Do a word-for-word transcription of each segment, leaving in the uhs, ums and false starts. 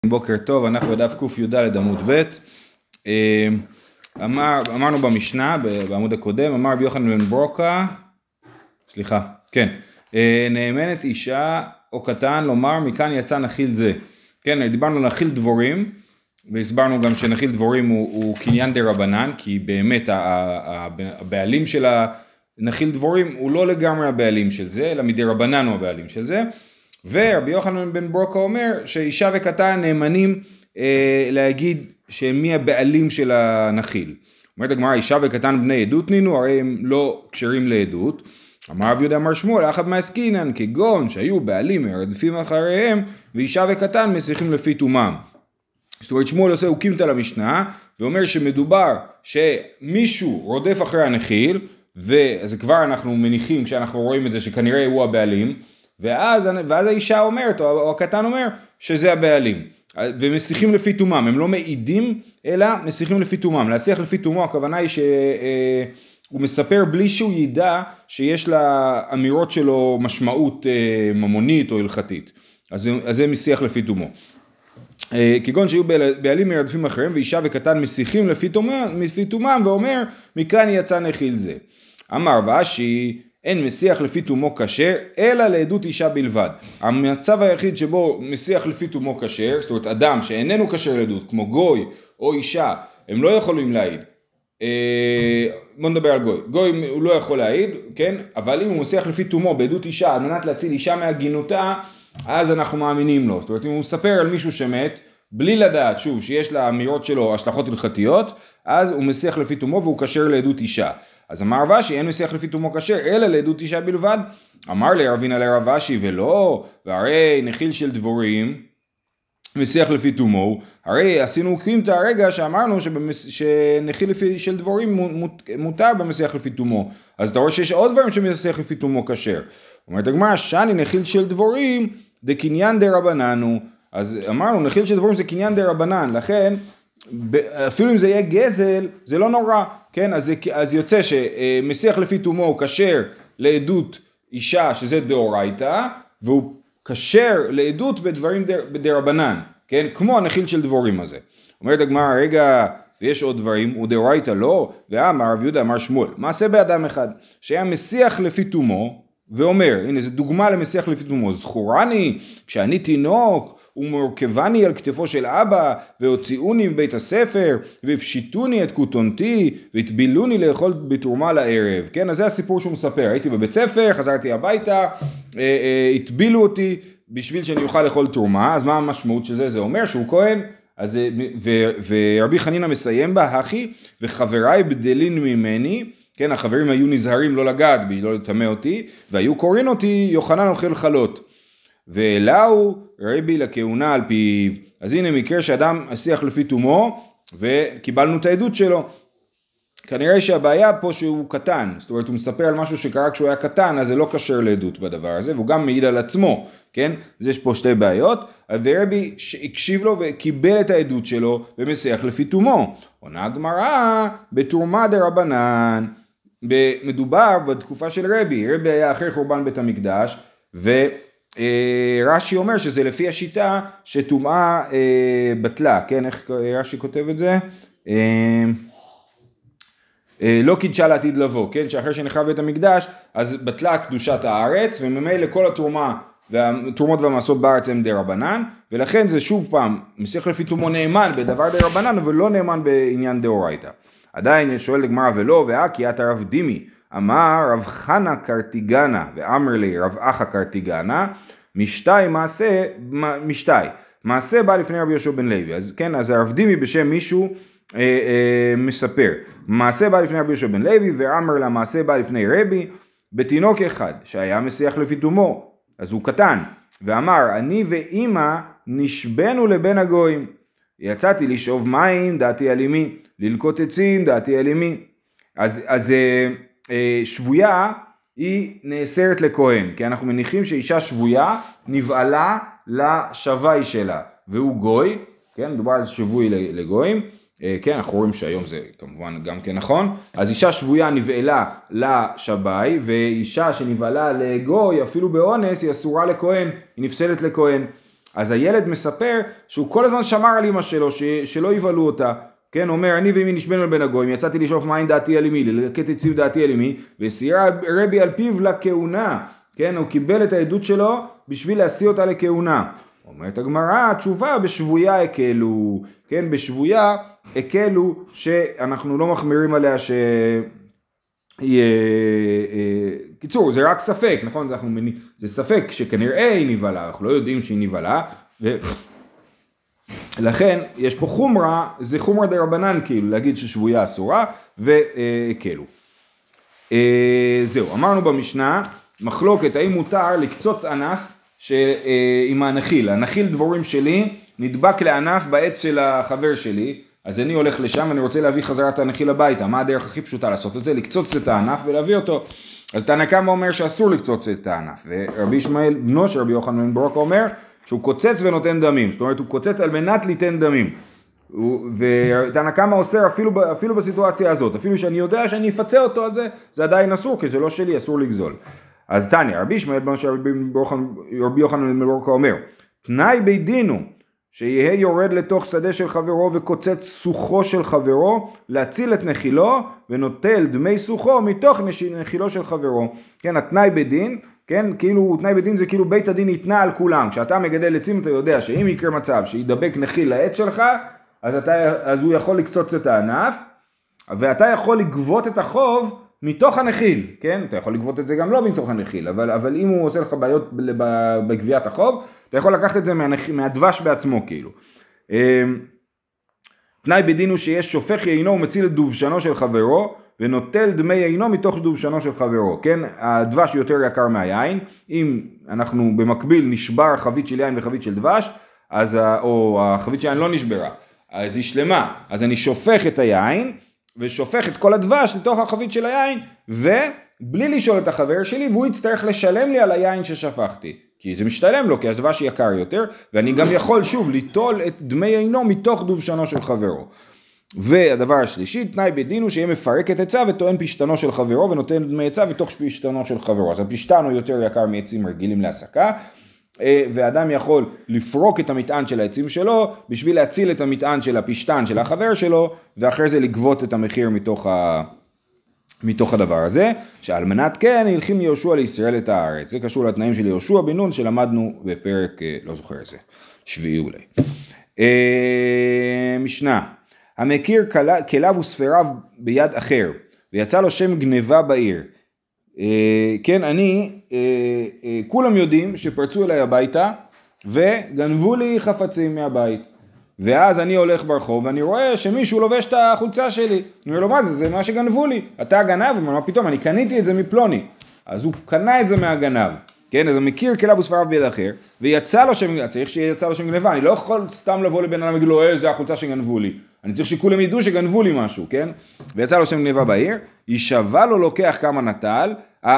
בוקר טוב, אנחנו בדף ק"ד עמוד ב'. אמר, אמרנו במשנה, בעמוד הקודם, אמר רבי יוחנן בן ברוקה, סליחה, כן, נאמנת אישה או קטן לומר מכאן יצא נחיל זה. כן, דיברנו על נחיל דבורים, והסברנו גם שנחיל דבורים הוא, הוא קניין דה רבנן, כי באמת הבעלים של הנחיל דבורים הוא לא לגמרי הבעלים של זה, אלא מדה רבנן הוא הבעלים של זה. ורבי יוחנן בן ברוקה אומר שאישה וקטן נאמנים אה, להגיד שמי הבעלים של הנחיל. אומרת הגמרא, אישה וקטן בני עדות נינו, הרי הם לא כשרים לעדות. אמר רבי יהודה אמר שמואל, אחת מעסקינן כגון שהיו בעלים מרדפים אחריהם, ואישה וקטן משיחים לפי תומם. זאת אומרת שמואל עושה הוקימתא למשנה, ואומר שמדובר שמישהו רודף אחרי הנחיל, ואז כבר אנחנו מניחים כשאנחנו רואים את זה שכנראה הוא הבעלים, ואז, ואז האישה אומרת, או הקטן אומר, שזה הבעלים. ומשיחים לפי תומם, הם לא מעידים, אלא משיחים לפי תומם. להשיח לפי תומו, הכוונה היא שהוא מספר בלי שהוא ידע שיש לאמירות שלו משמעות ממונית או הלכתית. אז, אז זה משיח לפי תומו. כגון שהיו בעלים מרדפים אחרים, ואישה וקטן משיחים לפי תומם, לפי תומם ואומר, מכאן יצא נחיל זה. אמר ואשי, אין משיח לפי תומו כשר, אלא לעדות אישה בלבד. המצב היחיד שבו משיח לפי תומו כשר, זאת אומרת אדם שאיננו כשר לעדות, כמו גוי או אישה, הם לא יכולים להעיד. אה, בוא נדבר על גוי. גוי הוא לא יכול להעיד, כן? אבל אם הוא משיח לפי תומו בעדות אישה, על מנת להציל אישה מהגינותה, אז אנחנו מאמינים לו. זאת אומרת, אם הוא מספר על מישהו שמת, בלי לדעת, שוב, שיש לאמירות שלו השלכות הלכתיות, אז הוא משיח לפי תומו והוא כשר לעדות אישה. אז אמר רב אשי, אין משיח לפי תומו כשר, אלא לעדות אישה בלבד. אמר לי רבינה לרב אשי, ולא, והרי נחיל של דבורים, משיח לפי תומו, הרי עשינו קימתא הרגע שאמרנו שבמס... שנחיל לפי של דבורים מות... מותר במשיח לפי תומו. אז אתה רואה שיש עוד דברים שמשיח לפי תומו כשר. אומרת הגמרא, שאני נחיל של דבורים, זה קניין דה רבננו. אז אמרנו, נחיל של דבורים זה קניין דה רבנן, לכן, אפילו אם זה יהיה גזל, זה לא נורא. כן, אז, אז יוצא שמשיח לפי תומו הוא כשר לעדות אישה, שזה דאורייתא, והוא כשר לעדות בדברים בדרבנן, כן, כמו הנחיל של דבורים הזה. אומרת הגמרא, רגע, ויש עוד דברים, הוא דאורייתא לא, ואמר רב יהודה אמר שמואל, מעשה באדם אחד, שהיה משיח לפי תומו, ואומר, הנה, זו דוגמה למשיח לפי תומו, זכורני, כשאני תינוק, ומורכבני על כתפו של אבא, והוציאוני מבית הספר, והפשיטוני את כותונתי, והטבילוני לאכול בתרומה לערב. כן, אז זה הסיפור שהוא מספר. הייתי בבית ספר, חזרתי הביתה, הטבילו אותי בשביל שאני אוכל לאכול תרומה. אז מה המשמעות של זה? זה אומר שהוא כהן, אז, ו, ורבי חנינא מסיים בה, הכי, וחבריי בדלין ממני, כן, החברים היו נזהרים לא לגעת, לא לטמא אותי, והיו קוראים אותי יוחנן אוכל חלות. ואלהו רבי לכהונה על פיו. אז הנה מקרה שאדם השיח לפי תומו וקיבלנו את העדות שלו. כנראה שהבעיה פה שהוא קטן, זאת אומרת הוא מספר על משהו שקרה כשהוא היה קטן, אז זה לא קשר לעדות בדבר הזה, והוא גם מעיד על עצמו, כן? אז יש פה שתי בעיות, ורבי הקשיב לו וקיבל את העדות שלו ומשיח לפי תומו. עונה הגמרא בתרומה דרבנן, מדובר בתקופה של רבי, רבי היה אחרי חורבן בית המקדש, ו... רש"י אומר שזה לפי השיטה שטומאה בטלה, כן, איך רש"י כותב את זה? לא קידשה לעתיד לבוא, כן, שאחרי שנחרב בית המקדש, אז בטלה קדושת הארץ, וממילא כל התרומה והתרומות והמעשות בארץ הם דרבנן, ולכן זה שוב פעם, משיח לפי תומו נאמן בדבר דרבנן, אבל לא נאמן בעניין דאורייתא. עדיין שואל לגמרא ולא, והא את הרב דימי, אמר רב חנה קרטיגנה ואמר לי רב אחא קרטיגנה, משתי מעשה, משתי, מעשה בא לפני רבי יהושע בן לוי. אז כן, אז הרב דימי בשם מישהו אה, אה, מספר, מעשה בא לפני רבי יהושע בן לוי, ואמר לה מעשה בא לפני רבי, בתינוק אחד שהיה משיח לפי תומו, אז הוא קטן, ואמר אני ואימא נשבנו לבין הגויים, יצאתי לשאוב מים, דעתי על אמי, ללקוט עצים, דעתי על אמי. אז, אז אה, שבויה היא נאסרת לכהן, כי אנחנו מניחים שאישה שבויה נבעלה לשבי שלה, והוא גוי, כן, מדובר על שבוי לגויים, כן, אנחנו רואים שהיום זה כמובן גם כן נכון, אז אישה שבויה נבעלה לשבי, ואישה שנבעלה לגוי, אפילו באונס, היא אסורה לכהן, היא נפסלת לכהן, אז הילד מספר שהוא כל הזמן שמר על אמא שלו, ש, שלא יבלו אותה. כן, אומר, אני ואמי נשבנו על בן הגויים, יצאתי לשאוף מים דעתי על אמי, ללקט הציב דעתי על אמי, וסיירה רבי על פיו לכהונה. כן, הוא קיבל את העדות שלו בשביל להשיא אותה לכהונה. אומרת הגמרא, התשובה בשבויה הקלו. כן, בשבויה הקלו שאנחנו לא מחמירים עליה ש... קיצור, זה רק ספק, נכון? זה ספק שכנראה היא נבלה, אנחנו לא יודעים שהיא נבלה, ולכן יש פה חומרה, זה חומרה דרבנן כאילו, להגיד ששבויה אסורה, והקלו. זהו, אמרנו במשנה, מחלוקת, האם מותר לקצוץ ענף עם הנחיל, הנחיל דבורים שלי נדבק לענף בעץ של החבר שלי, אז אני הולך לשם ואני רוצה להביא חזרת הנחיל הביתה. מה הדרך הכי פשוטה לעשות את זה? לקצוץ את הענף ולהביא אותו. אז תנא קמא אומר שאסור לקצוץ את הענף. ורבי ישמעאל בנו של רבי יוחנן בן ברוקה אומר שהוא קוצץ ונותן דמים. זאת אומרת הוא קוצץ על מנת ליתן דמים. ותנא קמא אוסר אפילו, אפילו בסיטואציה הזאת. אפילו שאני יודע שאני אפצה אותו על זה, זה עדיין אסור כי זה לא שלי, אסור לגזול. אז תניא, רבי ישמעאל בנו של רבי יוחנן בן ברוקה אומר, תנאי בית דינו שיהיה יורד לתוך שדה של חברו וקוצץ סוחו של חברו, להציל את נחילו ונוטל דמי סוחו מתוך נחילו של חברו. כן, התנאי בדין, כן, כאילו, תנאי בדין זה כאילו בית הדין יתנה על כולם. כשאתה מגדל עצים אתה יודע שאם יקרה מצב שידבק נחיל לעץ שלך, אז, אתה, אז הוא יכול לקצוץ את הענף, ואתה יכול לגבות את החוב מתוך הנחיל, כן? אתה יכול לגבות את זה גם לא מתוך הנחיל, אבל, אבל אם הוא עושה לך בעיות בגביית החוב, אתה יכול לקחת את זה מהדבש בעצמו, כאילו. תנאי בדין הוא שיש שופך יינו ומציל את דובשנו של חברו, ונוטל דמי יינו מתוך דובשנו של חברו, כן? הדבש יותר יקר מהיין, אם אנחנו במקביל נשבר חבית של יין וחבית של דבש, אז, או החבית של יין לא נשברה, אז היא שלמה, אז אני שופך את היין, ושופך את כל הדבש לתוך החבית של היין, ובלי לשאול את החבר שלי, והוא יצטרך לשלם לי על היין ששפכתי. כי זה משתלם לו, כי הדבש יקר יותר, ואני גם יכול שוב ליטול את דמי יינו מתוך דובשנו של חברו. והדבר השלישי, תנאי בדין הוא שיהיה מפרק את עצה וטוען פשטנו של חברו, ונותן דמי עצה בתוך פשטנו של חברו. אז הפשטן הוא יותר יקר מעצים רגילים להסקה, ואדם יכול לפרוק את המטען של העצים שלו, בשביל להציל את המטען של הפשטן של החבר שלו, ואחרי זה לגבות את המחיר מתוך ה... מתוך הדבר הזה, שעל מנת כן הלכים יהושע לישראל את הארץ. זה קשור לתנאים של יהושע בן נון שלמדנו בפרק, לא זוכר איזה, שביעי אולי. משנה, המכיר כליו וספריו ביד אחר, ויצא לו שם גניבה בעיר. כן, אני, כולם יודעים שפרצו אליי הביתה, וגנבו לי חפצים מהבית. ואז אני הולך ברחוב ואני רואה שמישהו לובש את החולצה שלי. אני אומר לו, מה זה? זה מה שגנבו לי. אתה גנב? מה פתאום? אני קניתי את זה מפלוני. אז הוא קנה את זה מהגנב. כן, אז הוא מכיר כליו וספריו ביד אחר, ויצא לו שם, צריך שיצא לו שם גנבה. אני לא יכול סתם לבוא לבן אדם ולהגיד לו, אה, זה החולצה שגנבו לי. אני צריך שכולם ידעו שגנבו לי משהו, כן? ויצא לו שם גנבה בעיר, יישבע לו לוקח כמה נטל,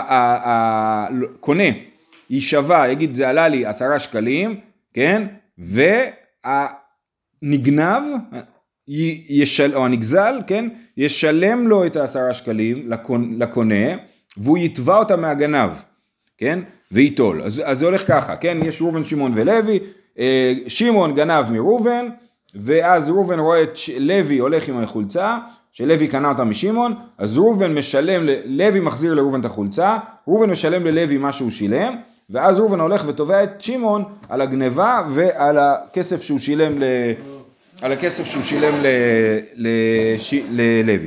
קונה, יישבע, יגיד, זה עלה לי עשרה שקלים, כן? וה... נגנב, ישל, או הנגזל, כן, ישלם לו את העשרה שקלים לקונה, והוא יתבע אותה מהגנב, כן, ויתול. אז, אז זה הולך ככה, כן, יש רובן, שמעון ולוי, שמעון גנב מרובן, ואז רובן רואה את לוי הולך עם החולצה, שלוי קנה אותה משמעון, אז רובן משלם, לוי מחזיר לרובן את החולצה, רובן משלם ללוי מה שהוא שילם, ואז רובן הולך ותובע את שמעון על הגניבה ועל הכסף שהוא שילם ל... על הכסף שהוא שילם ל... ל... ש... ללוי.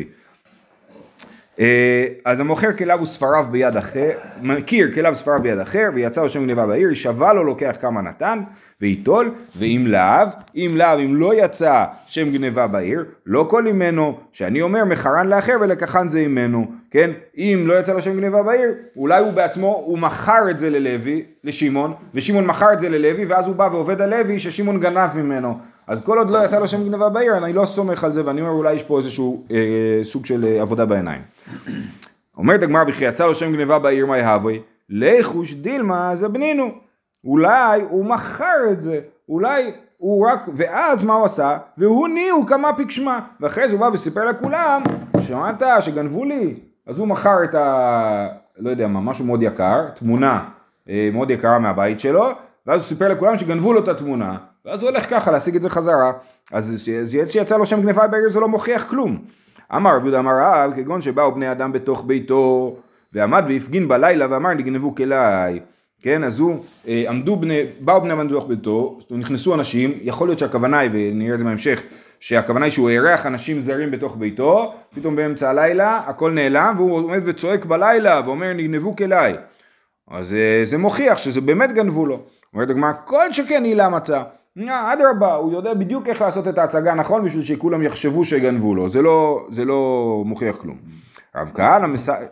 אז המוכר כליו וספריו ביד אחר, מכיר כליו וספריו ביד אחר, ויצא לו שם גניבה בעיר, ישבע לו לוקח כמה נתן, ויתול, ואם לאו, אם לאו, אם לא יצא שם גניבה בעיר, לא כל ממנו, שאני אומר מחרן לאחר ולקחן זה ממנו, כן? אם לא יצא לו שם גניבה בעיר, אולי הוא בעצמו, הוא מכר את זה ללוי, לשמעון, ושמעון מכר את זה ללוי, ואז הוא בא ועובד על לוי ששמעון גנב ממנו. אז כל עוד לא יצא לו שם גניבה בעיר, אני לא סומך על זה, ואני אומר אולי יש פה איזשהו אה, סוג של אה, עבודה בעיניים. אומרת הגמרא וכי יצא לו שם גניבה בעיר מה יהווה, לחוש דילמה זה בנינו. אולי הוא מכר את זה, אולי הוא רק, ואז מה הוא עשה? והוא ניהו כמה פקשמה, ואחרי זה הוא בא וסיפר לכולם, שמעת שגנבו לי, אז הוא מכר את ה... לא יודע מה, משהו מאוד יקר, תמונה אה, מאוד יקרה מהבית שלו, ואז הוא סיפר לכולם שגנבו לו את התמונה, ואז הוא הולך ככה להשיג את זה חזרה, אז זה שיצא לו שם גניבה בעיר זה לא מוכיח כלום. אמר רב יהודה אמר רב, כגון שבאו בני אדם בתוך ביתו, ועמד והפגין בלילה ואמר נגנבו כלי, כן, אז הוא, עמדו בני, באו בני אדם בתוך ביתו, נכנסו אנשים, יכול להיות שהכוונה היא, ונראה את זה בהמשך, שהכוונה היא שהוא הערך אנשים זרים בתוך ביתו, פתאום באמצע הלילה הכל נעלם, והוא עומד וצועק בלילה, ואומר נגנבו כלי, אז זה מוכיח שזה באמת גנבו לו. אומרת הגמרא, כל שכן הילה מצא, אדרבה, הוא יודע בדיוק איך לעשות את ההצגה נכון, בשביל שכולם יחשבו שגנבו לו, זה לא, זה לא מוכיח כלום. רב כהנא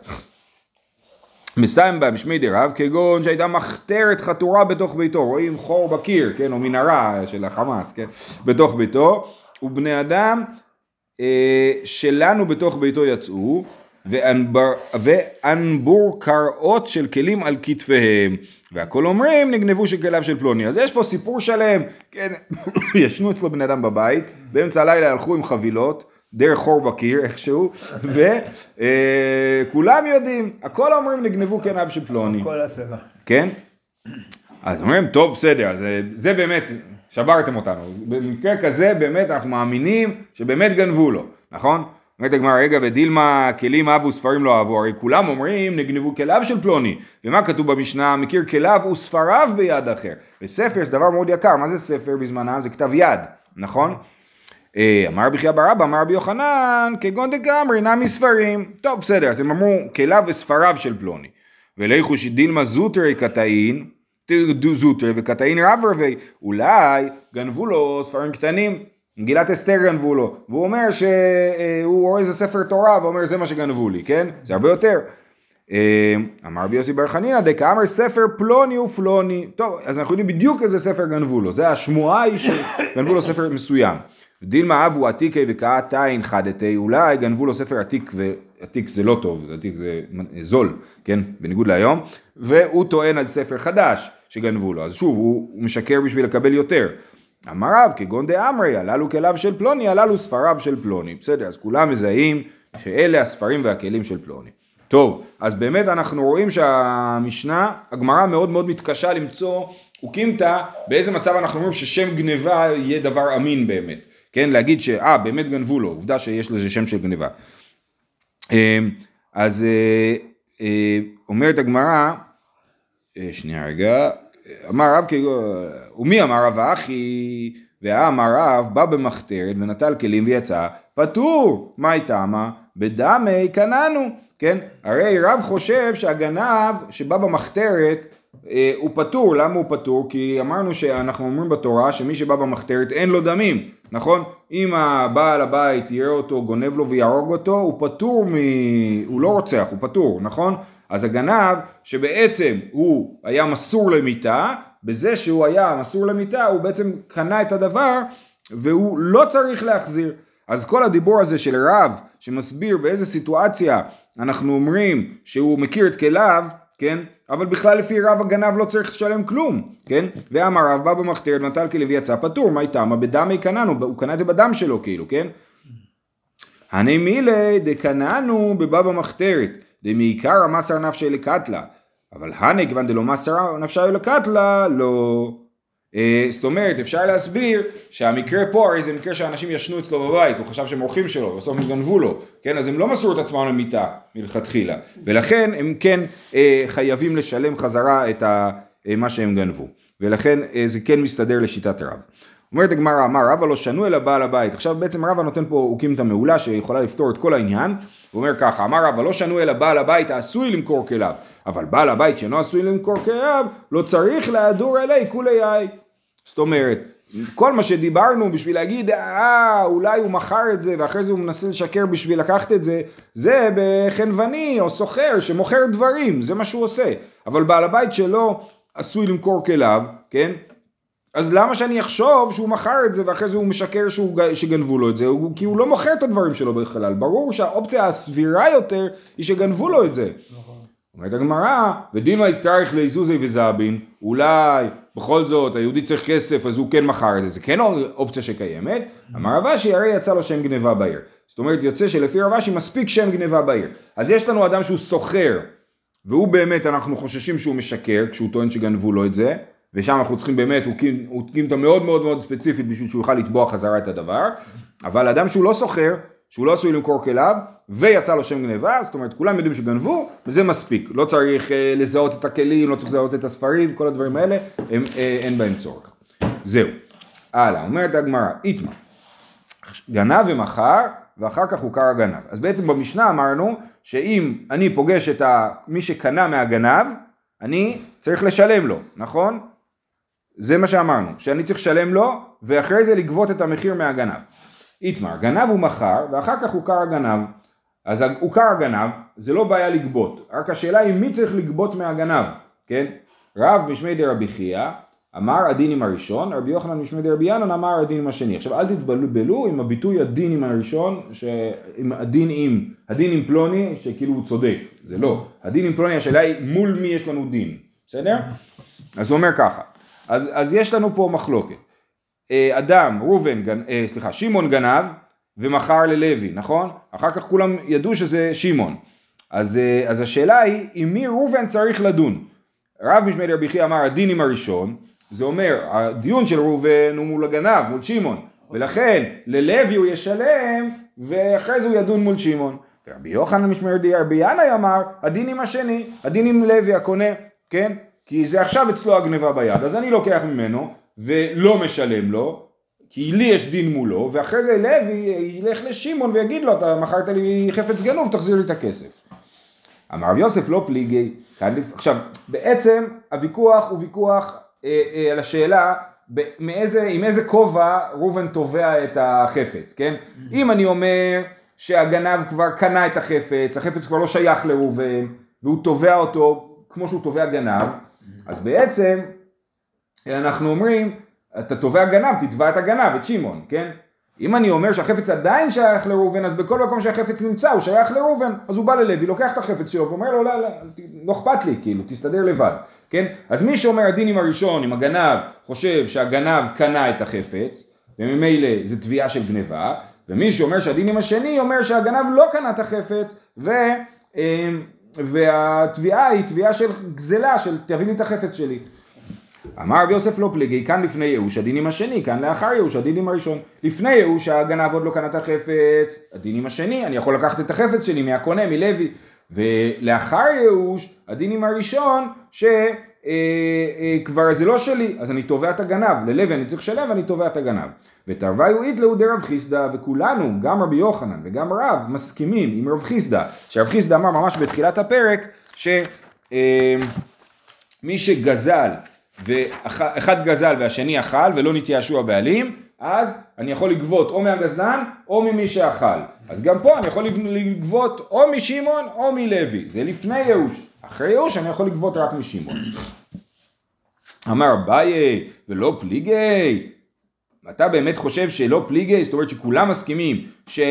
מסיים בה משמי דרב, כגון שהייתה מחתרת חתורה בתוך ביתו, רואים חור בקיר, כן, או מנהרה של החמאס, כן, בתוך ביתו, ובני אדם אה, שלנו בתוך ביתו יצאו, ואנבר, ואנבור קרעות של כלים על כתפיהם, והכל אומרים נגנבו שכליו של פלוני. אז יש פה סיפור שלם, כן, ישנו אצלו בני אדם בבית, באמצע הלילה הלכו עם חבילות, דרך חור בקיר איכשהו, וכולם יודעים, הכל אומרים נגנבו כליו של פלוני. כל הסבא. כן? אז אומרים, טוב, בסדר, אז זה באמת, שברתם אותנו. במקרה כזה באמת אנחנו מאמינים שבאמת גנבו לו, נכון? אומרת הגמרא, רגע, ודילמה כלים אהבו ספרים לא אהבו, הרי כולם אומרים נגנבו כליו של פלוני, ומה כתוב במשנה? מכיר כליו וספריו ביד אחר. וספר זה דבר מאוד יקר, מה זה ספר בזמנם? זה כתב יד, נכון? אמר רבי חייא בר אבא, אמר רבי יוחנן, כגון דקאמרי נמי ספרים. טוב, בסדר, אז הם אמרו כליו וספריו של פלוני. ולכו שדילמה זוטרי קטעין, זוטרי וקטעין רב רבי, אולי גנבו לו ספרים קטנים, מגילת אסתר גנבו לו, והוא אומר שהוא רואה איזה ספר תורה, ואומר זה מה שגנבו לי, כן? זה הרבה יותר. אמר רבי יוסי בר חנינא, דקאמר ספר פלוני ופלוני. טוב, אז אנחנו יודעים בדיוק איזה ספר גנבו לו, זה השמועה היא שגנבו לו ספר מסוים. דילמה אבו עתיקי וקעתיים חדתי, אולי גנבו לו ספר עתיק, ועתיק זה לא טוב, עתיק זה זול, כן, בניגוד להיום, והוא טוען על ספר חדש שגנבו לו, אז שוב, הוא משקר בשביל לקבל יותר. אמר רב, כגון דאמרי, הללו כליו של פלוני, הללו ספריו של פלוני, בסדר, אז כולם מזהים שאלה הספרים והכלים של פלוני. טוב, אז באמת אנחנו רואים שהמשנה, הגמרא מאוד מאוד מתקשה למצוא, וקימתא, באיזה מצב אנחנו אומרים ששם גניבה יהיה דבר אמין באמת. כן, להגיד שאה, באמת גנבו לו, עובדה שיש לזה שם של גניבה. אז אומרת הגמרא, שנייה רגע, אמר רב, ומי אמר רב אחי, והאמר רב, בא במחתרת ונטל כלים ויצא, פטור, מה הייתה מה? בדמי קננו, כן? הרי רב חושב שהגנב שבא במחתרת, הוא פטור. למה הוא פטור? כי אמרנו שאנחנו אומרים בתורה שמי שבא במחתרת אין לו דמים, נכון? אם הבעל הבית יראה אותו, גונב לו ויהרוג אותו, הוא פטור, מ... הוא לא רוצח, הוא פטור, נכון? אז הגנב שבעצם הוא היה מסור למיתה, בזה שהוא היה מסור למיתה, הוא בעצם קנה את הדבר והוא לא צריך להחזיר. אז כל הדיבור הזה של רב שמסביר באיזה סיטואציה אנחנו אומרים שהוא מכיר את כליו, כן? אבל בכלל לפי רב הגנב לא צריך לשלם כלום, כן? ואמר רב בא במחתרת ונטל כלי ויצא פטור, מה איתה? מה בדמי קננו? הוא קנה את זה בדם שלו כאילו, כן? הני מילי דקננו בבא במחתרת, דמעיקר המסר נפשי לקטלה, אבל הני כיוון דלא מסר נפשי לקטלה, לא. זאת אומרת, אפשר להסביר שהמקרה פה, הרי זה מקרה שאנשים ישנו אצלו בבית, הוא חשב שהם אורחים שלו, בסוף הם גנבו לו, כן? אז הם לא מסרו את עצמם למיטה מלכתחילה, ולכן הם כן אה, חייבים לשלם חזרה את ה, אה, מה שהם גנבו, ולכן אה, זה כן מסתדר לשיטת רב. אומרת הגמרא, אמר רבא לא שנו אלא בעל הבית. עכשיו בעצם רבא נותן פה הוקים את המעולה שיכולה לפתור את כל העניין, הוא אומר ככה, אמר רבא לא שנו אלא בעל הבית העשוי למכור כליו, אבל בעל הבית שאינו עשוי למכור כליו לא צריך להדור אלי כולי איי. זאת אומרת, כל מה שדיברנו בשביל להגיד, אה, אולי הוא מכר את זה, ואחרי זה הוא מנסה לשקר בשביל לקחת את זה, זה בחנווני או סוחר שמוכר דברים, זה מה שהוא עושה. אבל בעל הבית שלו עשוי למכור כליו, כן? אז למה שאני אחשוב שהוא מכר את זה, ואחרי זה הוא משקר שהוא, שגנבו לו את זה, הוא, כי הוא לא מוכר את הדברים שלו בכלל. ברור שהאופציה הסבירה יותר היא שגנבו לו את זה. נכון. אומרת הגמרא, ודילמה יצטרך לאיזוזי וזבין, אולי בכל זאת היהודי צריך כסף אז הוא כן מכר את זה, זה כן אופציה שקיימת. אמר רב אשי, הרי יצא לו שם גניבה בעיר. זאת אומרת יוצא שלפי רב אשי מספיק שם גניבה בעיר. אז יש לנו אדם שהוא סוחר, והוא באמת אנחנו חוששים שהוא משקר כשהוא טוען שגנבו לו את זה, ושם אנחנו צריכים באמת, הוא הקים אותה מאוד מאוד מאוד ספציפית בשביל שהוא יוכל לתבוע חזרה את הדבר, אבל אדם שהוא לא סוחר, שהוא לא עשוי למכור כליו, ויצא לו שם גניבה, זאת אומרת, כולם יודעים שגנבו, וזה מספיק. לא צריך אה, לזהות את הכלים, לא צריך לזהות את הספרים, כל הדברים האלה, הם, אה, אין בהם צורך. זהו. הלאה, אומרת הגמרא, איתמה. גנב ומכר, ואחר כך הוכר הגנב. אז בעצם במשנה אמרנו, שאם אני פוגש את ה... מי שקנה מהגנב, אני צריך לשלם לו, נכון? זה מה שאמרנו, שאני צריך לשלם לו, ואחרי זה לגבות את המחיר מהגנב. איתמר, גנב הוא מכר, ואחר כך הוכר הגנב. אז הוכר הגנב, זה לא בעיה לגבות, רק השאלה היא מי צריך לגבות מהגנב, כן? רב משמי דרבי חייא, אמר הדין עם הראשון, רבי יוחנן משמי דרבי ינון אמר הדין עם השני. עכשיו אל תתבלבלו עם הביטוי הדין עם הראשון, עם הדין עם, הדין עם פלוני, שכאילו הוא צודק, זה לא. הדין עם פלוני, השאלה היא מול מי יש לנו דין, בסדר? אז הוא אומר ככה, אז, אז יש לנו פה מחלוקת. אדם, ראובן, סליחה, שמעון גנב ומכר ללוי, נכון? אחר כך כולם ידעו שזה שמעון. אז, אז השאלה היא, עם מי ראובן צריך לדון? רב משמי דרבי חייא אמר הדין עם הראשון, זה אומר, הדיון של ראובן הוא מול הגנב, מול שמעון, ולכן ללוי הוא ישלם, ואחרי זה הוא ידון מול שמעון. ורבי יוחנן משמי דרבי ינאי אמר, הדין עם השני, הדין עם לוי הקונה, כן? כי זה עכשיו אצלו הגניבה ביד, אז אני לוקח ממנו, ולא משלם לו, כי לי יש דין מולו, ואחרי זה לוי ילך לשמעון ויגיד לו, אתה מכרת לי חפץ גנוב, תחזיר לי את הכסף. אמר רב יוסף לא פליגי, עכשיו בעצם הוויכוח הוא ויכוח אה, אה, על השאלה, מאיזה, עם איזה כובע ראובן תובע את החפץ, כן? Mm-hmm. אם אני אומר שהגנב כבר קנה את החפץ, החפץ כבר לא שייך לראובן, והוא תובע אותו כמו שהוא תובע גנב, mm-hmm. אז בעצם אנחנו אומרים, אתה תובע גנב, תתבע את הגנב, את שמעון, כן? אם אני אומר שהחפץ עדיין שייך לראובן, אז בכל מקום שהחפץ נמצא הוא שייך לראובן, אז הוא בא ללוי, לוקח את החפץ שלו ואומר לו, לא, לא, לא אכפת לי, כאילו, תסתדר לבד, כן? אז מי שאומר הדין עם הראשון, עם הגנב, חושב שהגנב קנה את החפץ, וממילא זה תביעה של גניבה, ומי שאומר שהדין עם השני, אומר שהגנב לא קנה את החפץ, ו... והתביעה היא תביעה של גזלה, של תביא לי את החפץ שלי. אמר רבי יוסף לא פליגי, כאן לפני ייאוש הדין עם השני, כאן לאחר ייאוש הדין עם הראשון. לפני ייאוש הגנב עוד לא קנה את החפץ, הדין עם השני, אני יכול לקחת את החפץ שלי מהקונה, מלוי. ולאחר ייאוש הדין עם הראשון, שכבר זה לא שלי, אז אני תובע את הגנב, ללוי אני צריך לשלם ואני תובע את הגנב. ותרוויו איתלאו דרב חיסדא, וכולנו, גם רבי יוחנן וגם רב, מסכימים עם רב חיסדא, שרב חיסדא אמר ממש בתחילת הפרק, שמי שגזל, ואחד גזל והשני אכל ולא נתייאשו הבעלים, אז אני יכול לגבות או מהגזלן או ממי שאכל. אז גם פה אני יכול לגבות או משמעון או מלוי. זה לפני ייאוש. אחרי ייאוש אני יכול לגבות רק משמעון. אמר אביי ולא פליגי. אתה באמת חושב שלא פליגי? זאת אומרת שכולם מסכימים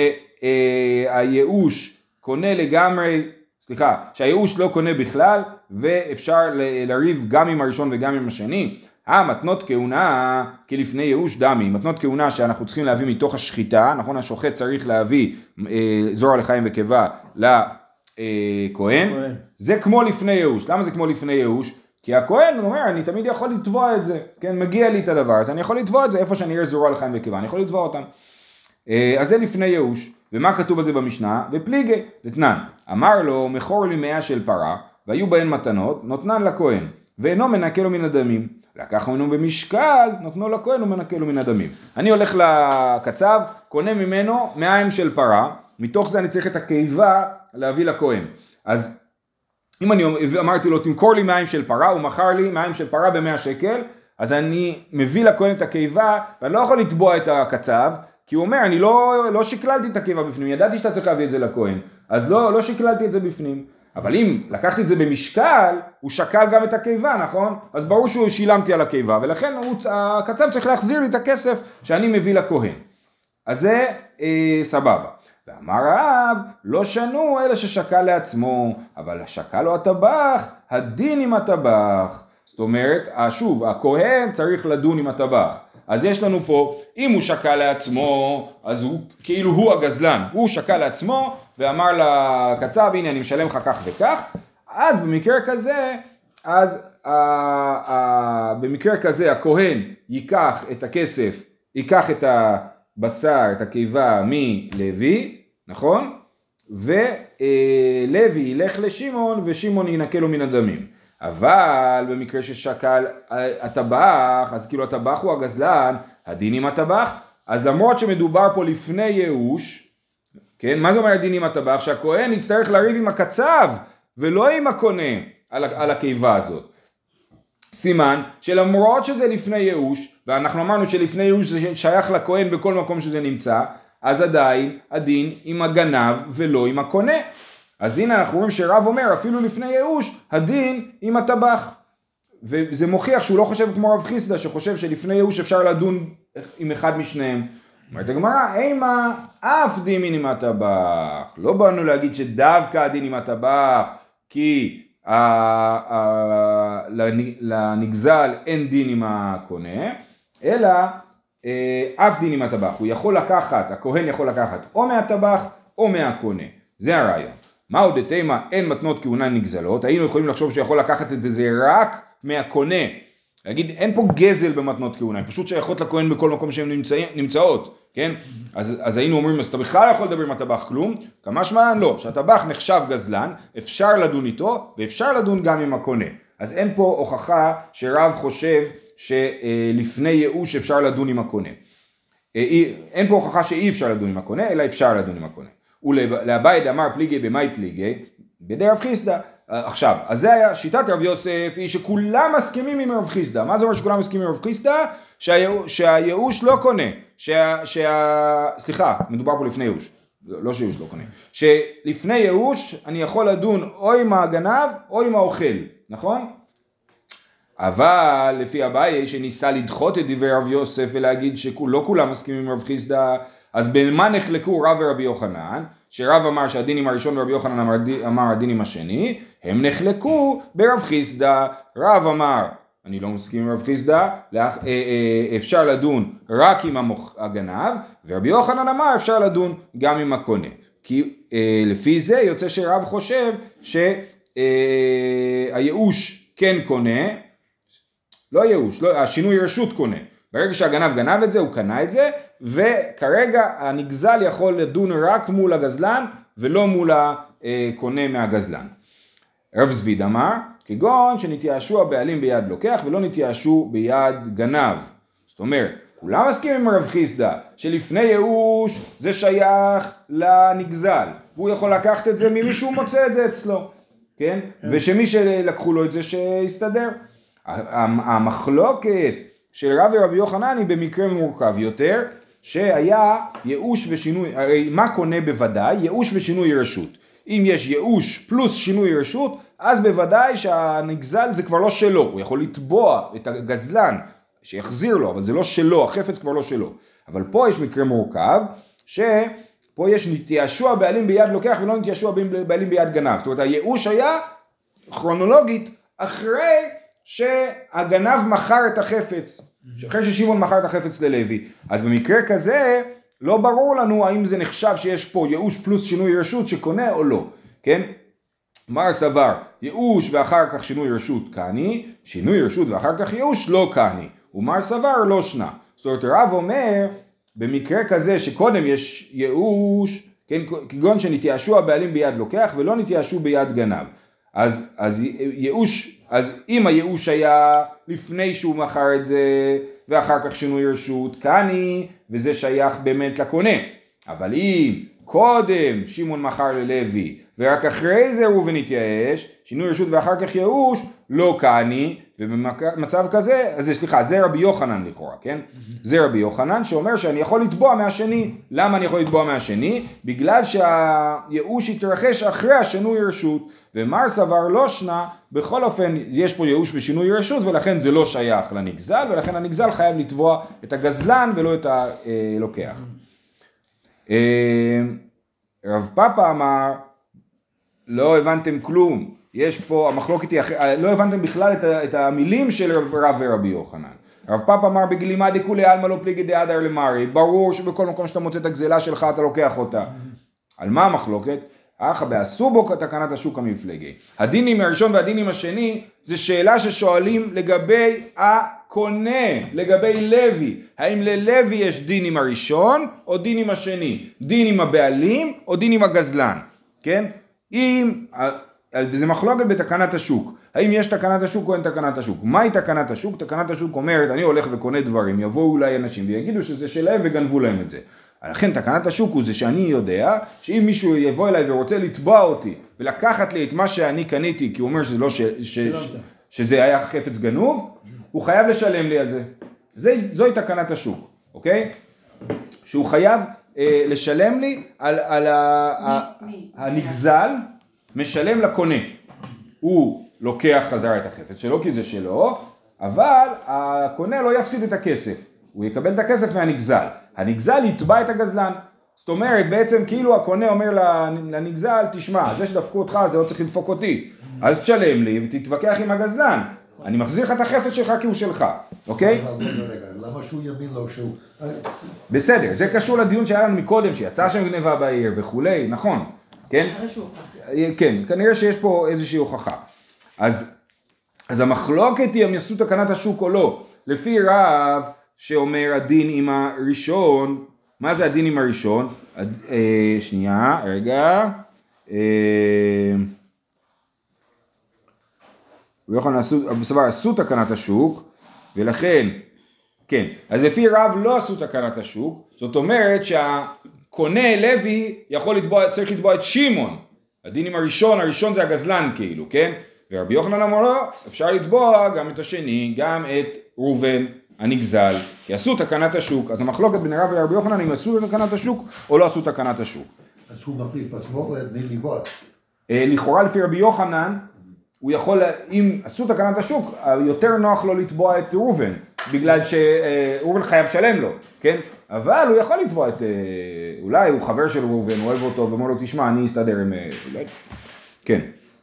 שהייאוש קונה לגמרי, סליחה, שהייאוש לא קונה בכלל, ואפשר לריב גם עם הראשון וגם עם השני. המתנות כהונה כלפני ייאוש דמי, מתנות כהונה שאנחנו צריכים להביא מתוך השחיטה, נכון? השוחט צריך להביא אה, זרוע לחיים וקיבה לכהן, זה כמו לפני ייאוש. למה זה כמו לפני ייאוש? כי הכהן אומר, אני תמיד יכול לתבוע את זה, כן? מגיע לי את הדבר הזה, אני יכול לתבוע את זה איפה שאני אראה זרוע לחיים וקיבה, אני יכול לתבוע אותם. אה, אז זה לפני ייאוש. ומה כתוב על זה במשנה? ופליגי, לתנן, אמר לו, מכור לי מאה של פרה, והיו בהן מתנות, נותנן לכהן, ואינו מנקה לו מן הדמים. לקח ממנו במשקל, נותנו לכהן ומנקה לו מן הדמים. אני הולך לקצב, קונה ממנו מאה של פרה, מתוך זה אני צריך את הקיבה להביא לכהן. אז אם אני אמרתי לו, תמכור לי מאה של פרה, הוא מכר לי מאה של פרה במאה שקל, אז אני מביא לכהן את הקיבה, ואני לא יכול לתבוע את הקצב, כי הוא אומר, אני לא, לא שקללתי את הקיבה בפנים, ידעתי שאתה צריך להביא את זה לכהן, אז לא, לא שקללתי את זה בפנים. אבל אם לקחתי את זה במשקל, הוא שקל גם את הקיבה, נכון? אז ברור שהוא שילמתי על הקיבה, ולכן הוא, הקצב צריך להחזיר לי את הכסף שאני מביא לכהן. אז זה אה, סבבה. ואמר רב, לא שנו אלא ששקל לעצמו, אבל השקל לו הטבח, הדין עם הטבח. זאת אומרת, שוב, הכהן צריך לדון עם הטבח. אז יש לנו פה, אם הוא שקל לעצמו, אז הוא, כאילו הוא הגזלן, הוא שקל לעצמו, ואמר לקצב, הנה אני משלם לך כך וכך, אז במקרה כזה, אז ה, ה, במקרה כזה הכהן ייקח את הכסף, ייקח את הבשר, את הקיבה מלוי, נכון? ולוי ילך לשמעון ושמעון ינקה לו מן הדמים. אבל במקרה ששקל הטבח, אז כאילו הטבח הוא הגזלן, הדין עם הטבח, אז למרות שמדובר פה לפני ייאוש, כן, מה זה אומר הדין עם הטבח? שהכהן יצטרך לריב עם הקצב ולא עם הקונה על, על הקיבה הזאת. סימן שלמרות שזה לפני ייאוש, ואנחנו אמרנו שלפני ייאוש זה שייך לכהן בכל מקום שזה נמצא, אז עדיין הדין עם הגנב ולא עם הקונה. אז הנה אנחנו רואים שרב אומר אפילו לפני ייאוש הדין עם הטבח. וזה מוכיח שהוא לא חושב כמו רב חיסדא שחושב שלפני ייאוש אפשר לדון עם אחד משניהם. אומרת הגמרא, אימה אף דין עם הטבח. לא באנו להגיד שדווקא הדין עם הטבח כי לנגזל אין דין עם הקונה, אלא אף דין עם הטבח. הוא יכול לקחת, הכהן יכול לקחת או מהטבח או מהקונה. זה הרעיון. מה עוד תימה אין מתנות כהונה נגזלות, היינו יכולים לחשוב שיכול לקחת את זה, זה רק מהקונה. להגיד אין פה גזל במתנות כהונה, הם פשוט שייכות לכהן בכל מקום שהן נמצא, נמצאות, כן? אז, אז היינו אומרים, אז אתה בכלל יכול לדבר עם הטבח כלום, כמה שמלן לא, שהטבח נחשב גזלן, אפשר לדון איתו ואפשר לדון גם עם הקונה. אז אין פה הוכחה שרב חושב שלפני ייאוש אפשר לדון עם הקונה. אין פה הוכחה שאי אפשר לדון עם הקונה, אלא אפשר לדון עם הקונה. ולאביי דאמר פליגי במאי פליגי, בידי רב חיסדא. עכשיו, אז זה היה שיטת רב יוסף, היא שכולם מסכימים עם רב חיסדא. מה זה אומר שכולם מסכימים עם רב חיסדא? שהייאוש לא קונה. שה, שה, סליחה, מדובר פה לפני ייאוש. לא שייאוש לא קונה. שלפני ייאוש אני יכול לדון או עם הגנב או עם האוכל, נכון? אבל לפי אביי שניסה לדחות את דברי רב יוסף ולהגיד שלא כולם מסכימים עם רב חיסדא, אז במה נחלקו רב ורבי יוחנן? שרב אמר שהדין עם הראשון ורבי יוחנן אמר, אמר הדין עם השני, הם נחלקו ברב חיסדא. רב אמר, אני לא מסכים עם רב חיסדא, אפשר לדון רק עם הגנב, ורבי יוחנן אמר אפשר לדון גם עם הקונה. כי לפי זה יוצא שרב חושב שהייאוש כן קונה, לא ייאוש, לא, השינוי רשות קונה. ברגע שהגנב גנב את זה, הוא קנה את זה, וכרגע הנגזל יכול לדון רק מול הגזלן, ולא מול הקונה מהגזלן. רב זביד אמר, כגון שנתייאשו הבעלים ביד לוקח, ולא נתייאשו ביד גנב. זאת אומרת, כולם מסכימים עם רב חיסדא, שלפני ייאוש זה שייך לנגזל, והוא יכול לקחת את זה ממי שהוא מוצא את זה אצלו, כן? ושמי שלקחו לו את זה שיסתדר. המחלוקת של רב ורבי יוחנן היא במקרה מורכב יותר, שהיה ייאוש ושינוי, הרי מה קונה בוודאי? ייאוש ושינוי רשות. אם יש ייאוש פלוס שינוי רשות, אז בוודאי שהנגזל זה כבר לא שלו, הוא יכול לתבוע את הגזלן שיחזיר לו, אבל זה לא שלו, החפץ כבר לא שלו. אבל פה יש מקרה מורכב, שפה יש נתייאשו הבעלים ביד לוקח ולא נתייאשו הבעלים ביד גנב. זאת אומרת, הייאוש היה כרונולוגית אחרי שהגנב מכר את החפץ, אחרי ששמעון מכר את החפץ ללוי. אז במקרה כזה לא ברור לנו האם זה נחשב שיש פה ייאוש פלוס שינוי רשות שקונה או לא, כן? מר סבר, ייאוש ואחר כך שינוי רשות קני, שינוי רשות ואחר כך ייאוש לא קני, ומר סבר לא שנה. זאת אומרת, רב אומר, במקרה כזה שקודם יש ייאוש, כן, כגון שנתייאשו הבעלים ביד לוקח ולא נתייאשו ביד גנב. אז, אז ייאוש, אז אם הייאוש היה לפני שהוא מכר את זה, ואחר כך שינוי רשות קני, וזה שייך באמת לקונה. אבל אם קודם שמעון מכר ללוי, ורק אחרי זה ראובן התייאש, שינוי רשות ואחר כך ייאוש, לא קני, ובמצב כזה, אז סליחה, זה רבי יוחנן לכאורה, כן? זה רבי יוחנן שאומר שאני יכול לתבוע מהשני. למה אני יכול לתבוע מהשני? בגלל שהייאוש יתרחש אחרי השינוי רשות, ומר סבר לא שנה, בכל אופן יש פה ייאוש ושינוי רשות, ולכן זה לא שייך לנגזל, ולכן הנגזל חייב לתבוע את הגזלן ולא את הלוקח. רב פאפא אמר, לא הבנתם כלום, יש פה, המחלוקת היא, לא הבנתם בכלל את, את המילים של רב ורבי יוחנן. רב פאפא אמר בגלימה דכולי עלמא לא פליגי דהדר למרי, ברור שבכל מקום שאתה מוצא את הגזלה שלך אתה לוקח אותה. על מה המחלוקת? אך בעשו בו תקנת השוק המפלגי. הדינים הראשון והדינים השני זה שאלה ששואלים לגבי הקונה, לגבי לוי. האם ללוי יש דין עם הראשון או דין עם השני? דין עם הבעלים או דין עם הגזלן? כן? אם, זה מחלוקת בתקנת השוק. האם יש תקנת השוק או אין תקנת השוק? מהי תקנת השוק? תקנת השוק אומרת, אני הולך וקונה דברים, יבואו אולי אנשים ויגידו שזה שלהם וגנבו להם את זה. לכן תקנת השוק הוא זה שאני יודע שאם מישהו יבוא אליי ורוצה לתבוע אותי ולקחת לי את מה שאני קניתי, כי הוא אומר שזה, לא ש, ש, ש, שזה היה חפץ גנוב, הוא חייב לשלם לי על זה. זה זוהי תקנת השוק, אוקיי? שהוא חייב אה, לשלם לי על, על ה, ה, הנגזל, משלם לקונה. הוא לוקח חזרה את החפץ שלו כי זה שלו, אבל הקונה לא יפסיד את הכסף. הוא יקבל את הכסף מהנגזל. הנגזל יתבע את הגזלן. זאת אומרת, בעצם כאילו הקונה אומר לנגזל, תשמע, זה שדפקו אותך, זה לא צריך לדפוק אותי. אז תשלם לי ותתווכח עם הגזלן. אני מחזיר לך את החפץ שלך כי הוא שלך, אוקיי? למה שהוא ימין לו שהוא... בסדר, זה קשור לדיון שהיה לנו מקודם, שיצא שם גניבה בעיר וכולי, נכון, כן? כן, כנראה שיש פה איזושהי הוכחה. אז, אז המחלוקת היא אם יעשו תקנת השוק או לא. לפי רב שאומר הדין עם הראשון, מה זה הדין עם הראשון? הד... אה, שנייה, רגע. אה, ויכול לעשות, בסדר, עשו תקנת השוק, ולכן, כן, אז לפי רב לא עשו תקנת השוק, זאת אומרת שהקונה לוי יכול לתבוע, צריך לתבוע את שמעון, הדין עם הראשון, הראשון זה הגזלן כאילו, כן? ורבי יוחנן אמר לו, אפשר לתבוע גם את השני, גם את ראובן הנגזל, כי עשו תקנת השוק, אז המחלוקת בין רב ורבי יוחנן אם עשו תקנת השוק או לא עשו תקנת השוק. אז הוא מחליט בעצמו את מי לבעוט? לכאורה לפי רבי יוחנן, הוא יכול, אם עשו תקנת השוק, יותר נוח לו לתבוע את ראובן, בגלל שראובן חייב שלם לו, כן? אבל הוא יכול לתבוע את, אולי הוא חבר של ראובן, הוא אוהב אותו, ואומר לו, תשמע, אני אסתדר עם, אולי, כן.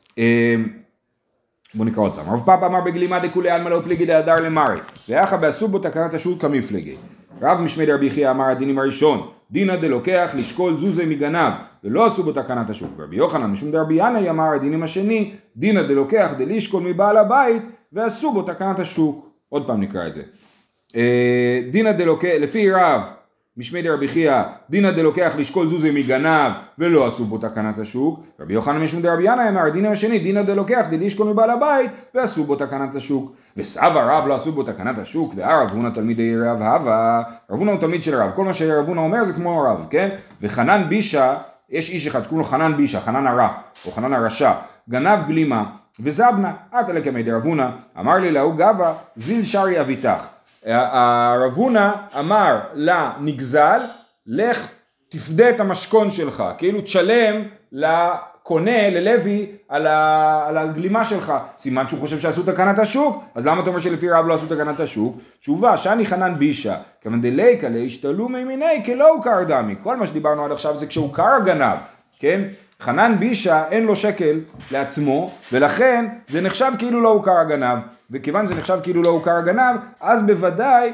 בוא נקרא עוד פעם. רב פאפא אמר בגלימה דכולי עלמא לא פליגי דהדר למרי, ואחא בעשו בו תקנת השוק כמפלגי. רב משמי דרבי חייא אמר הדינים הראשון, דינא דלוקח לשקול זוזי מגנב, ולא עשו בו תקנת השוק. ורבי יוחנן משום דרבי ינאי אמר הדינים השני, דינא דלוקח דלישקול מבעל הבית, ועשו בו תקנת השוק. עוד פעם נקרא את זה. דינא דלוקח, לפי רב משמי דרבי חייא, דינא דלוקח לשקול זוזי מגנב ולא עשו בו תקנת השוק. רבי יוחנן משום דרבי ינאי אמר הדין השני, דינא דלוקח דלישקול מבעל הבית ועשו בו תקנת השוק. וסבא רב לא עשו בו תקנת השוק, והרב הונא תלמידי רב הווה, רב הונא הוא תלמיד של רב, כל מה שרב הונא אומר זה כמו הרב, כן? וחנן בישה, יש איש אחד שקוראים לו חנן בישה, חנן הרע או חנן הרשע, גנב גלימה וזבנה, עתה לקמי דרב הונא, אמר לי להוא גבה, זיל שרי אביתך. הרב הונא אמר לנגזל, לך תפדה את המשכון שלך, כאילו תשלם לקונה, ללוי, על, ה, על הגלימה שלך. סימן שהוא חושב שעשו תקנת השוק, אז למה אתה אומר שלפי רב לא עשו תקנת השוק? תשובה, שאני חנן בישה, כמובן דליקה להשתלו מימיני, כי לא הוכר דמי. כל מה שדיברנו עד עכשיו זה כשהוכר הגנב, כן? חנן בישה אין לו שקל לעצמו, ולכן זה נחשב כאילו לא הוכר הגנב, וכיוון זה נחשב כאילו לא הוכר הגנב, אז בוודאי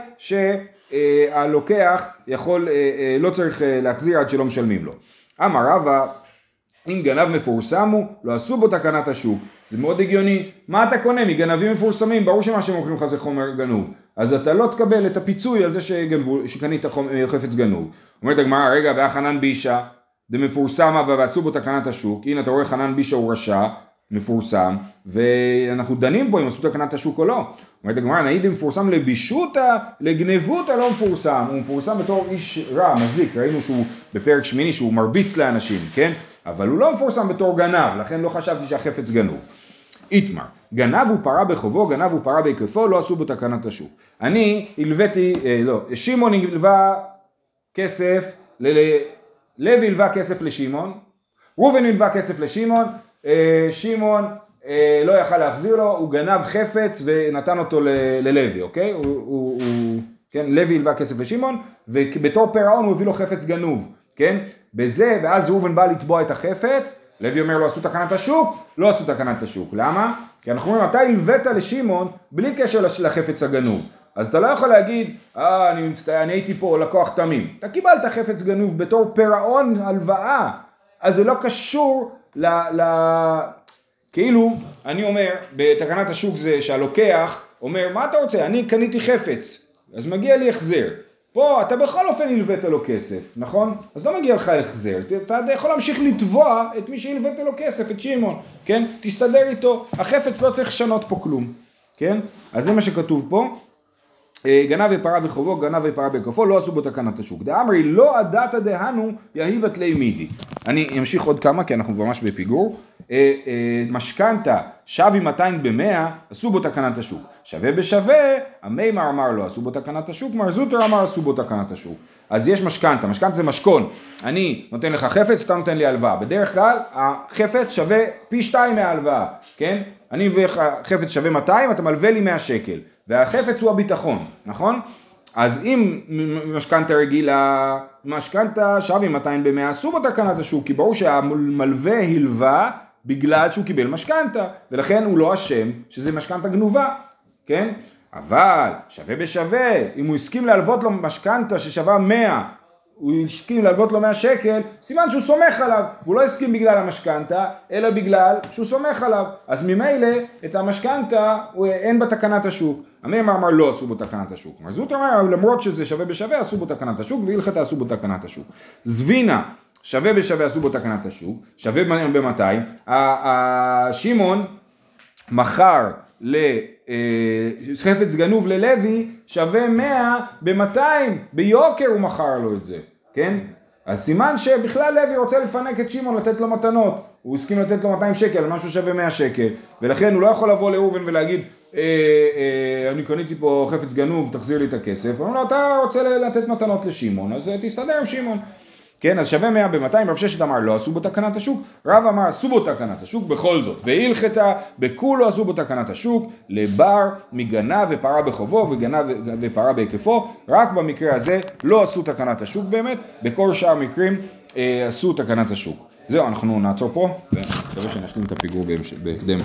שהלוקח יכול, לא צריך להחזיר עד שלא משלמים לו. אמר רבא, אם גנב מפורסם הוא, לא עשו בו תקנת השוק. זה מאוד הגיוני. מה אתה קונה מגנבים מפורסמים? ברור שמה שמוכרים לך זה חומר גנוב. אז אתה לא תקבל את הפיצוי על זה שגנבו, שקנית חפץ גנוב. אומרת הגמרא, רגע, והיה חנן בישה, זה מפורסם ועשו בו תקנת השוק. הנה אתה רואה חנן בישה הוא רשע, מפורסם, ואנחנו דנים פה אם עשו תקנת השוק או לא. אומרת הגמרא, נהיד מפורסם לבישותה, לגנבותה לא מפורסם. הוא מפורסם בתור איש רע, מזיק. ראינו שהוא בפרק שמיני שהוא מרביץ לאנשים, כן? אבל הוא לא מפורסם בתור גנב, לכן לא חשבתי שהחפץ גנוב. איתמר, גנב הוא פרה בחובו, גנב הוא פרה בהיקפו, לא עשו בו תקנת השוק. אני הלוויתי, אה, לא, שמעון הלווה כסף, ל- לוי הלווה כסף לשמעון, ראובן הלווה כסף לשמעון, אה, שמעון אה, לא יכל להחזיר לו, הוא גנב חפץ ונתן אותו ל- ללוי, אוקיי? הוא, הוא, הוא, כן, לוי הלווה כסף לשמעון, ובתור פירעון הוא הביא לו חפץ גנוב. כן? בזה, ואז ראובן בא לתבוע את החפץ, לוי אומר לו עשו תקנת השוק, לא עשו תקנת השוק. למה? כי אנחנו אומרים, אתה הלווית לשמעון בלי קשר לחפץ הגנוב. אז אתה לא יכול להגיד, אה, אני, מצטער, אני הייתי פה לקוח תמים. אתה קיבלת חפץ גנוב בתור פירעון הלוואה. אז זה לא קשור ל... ל... כאילו, אני אומר, בתקנת השוק זה שהלוקח אומר, מה אתה רוצה? אני קניתי חפץ, אז מגיע לי החזר. פה אתה בכל אופן הלווית לו כסף, נכון? אז לא מגיע לך החזר, אתה יכול להמשיך לתבוע את מי שהלווית לו כסף, את שמעון, כן? תסתדר איתו, החפץ לא צריך לשנות פה כלום, כן? אז זה מה שכתוב פה. גנב ופרה בחובו, גנב ופרה בכפו, לא עשו בו תקנת השוק. דאמרי לא עדת דהנו יהיבת לי מידי. אני אמשיך עוד כמה כי אנחנו ממש בפיגור. משכנתה שווה מאתיים במאה, עשו בו תקנת השוק. שווה בשווה, המימר אמר לא עשו בו תקנת השוק, מר זוטר אמר עשו בו תקנת השוק. אז יש משכנתה, משכנתה זה משכון. אני נותן לך חפץ, אתה נותן לי הלוואה. בדרך כלל החפץ שווה פי שתיים מההלוואה, כן? אני מביא לך חפץ שווה מאתיים, אתה מלווה לי מאה שקל. והחפץ הוא הביטחון, נכון? אז אם משכנתה רגילה, משכנתה שווה מאתיים במאה, עשו בו תקנת השוק, כי ברור שהמלווה הלווה בגלל שהוא קיבל משכנתה, ולכן הוא לא אשם שזה משכנתה גנובה, כן? אבל שווה בשווה, אם הוא הסכים להלוות לו משכנתה ששווה מאה, הוא הסכים להלוות לו מאה שקל, סימן שהוא סומך עליו, והוא לא הסכים בגלל המשכנתה, אלא בגלל שהוא סומך עליו. אז ממילא את המשכנתה אין בתקנת השוק. המימר אמר לא עשו בו תקנת השוק. מר זוטר אמר למרות שזה שווה בשווה עשו בו תקנת השוק, והלכתה עשו בו תקנת השוק. זבינה שווה בשווה עשו בו תקנת השוק, שווה ב-מאתיים. שמעון מכר לחפץ גנוב ללוי שווה מאה ב-מאתיים, ביוקר הוא מכר לו את זה, כן? אז סימן שבכלל לוי רוצה לפנק את שמעון לתת לו מתנות, הוא הסכים לתת לו מאתיים שקל על משהו שווה מאה שקל, ולכן הוא לא יכול לבוא לאובן ולהגיד אה, אה, אני קניתי פה חפץ גנוב תחזיר לי את הכסף, הוא אומר לו אתה רוצה לתת מתנות לשמעון אז תסתדר עם שמעון. כן, אז שווה מאה ב-מאתיים, רב ששת אמר לא עשו בו תקנת השוק, רב אמר עשו בו תקנת השוק בכל זאת, והלכתה בכולו עשו בו תקנת השוק, לבר מגנב ופרה בחובו וגנב ופרה בהיקפו, רק במקרה הזה לא עשו תקנת השוק באמת, בכל שאר מקרים אה, עשו תקנת השוק. זהו, אנחנו נעצור פה, ונקווה שנשלים את הפיגור בהקדם.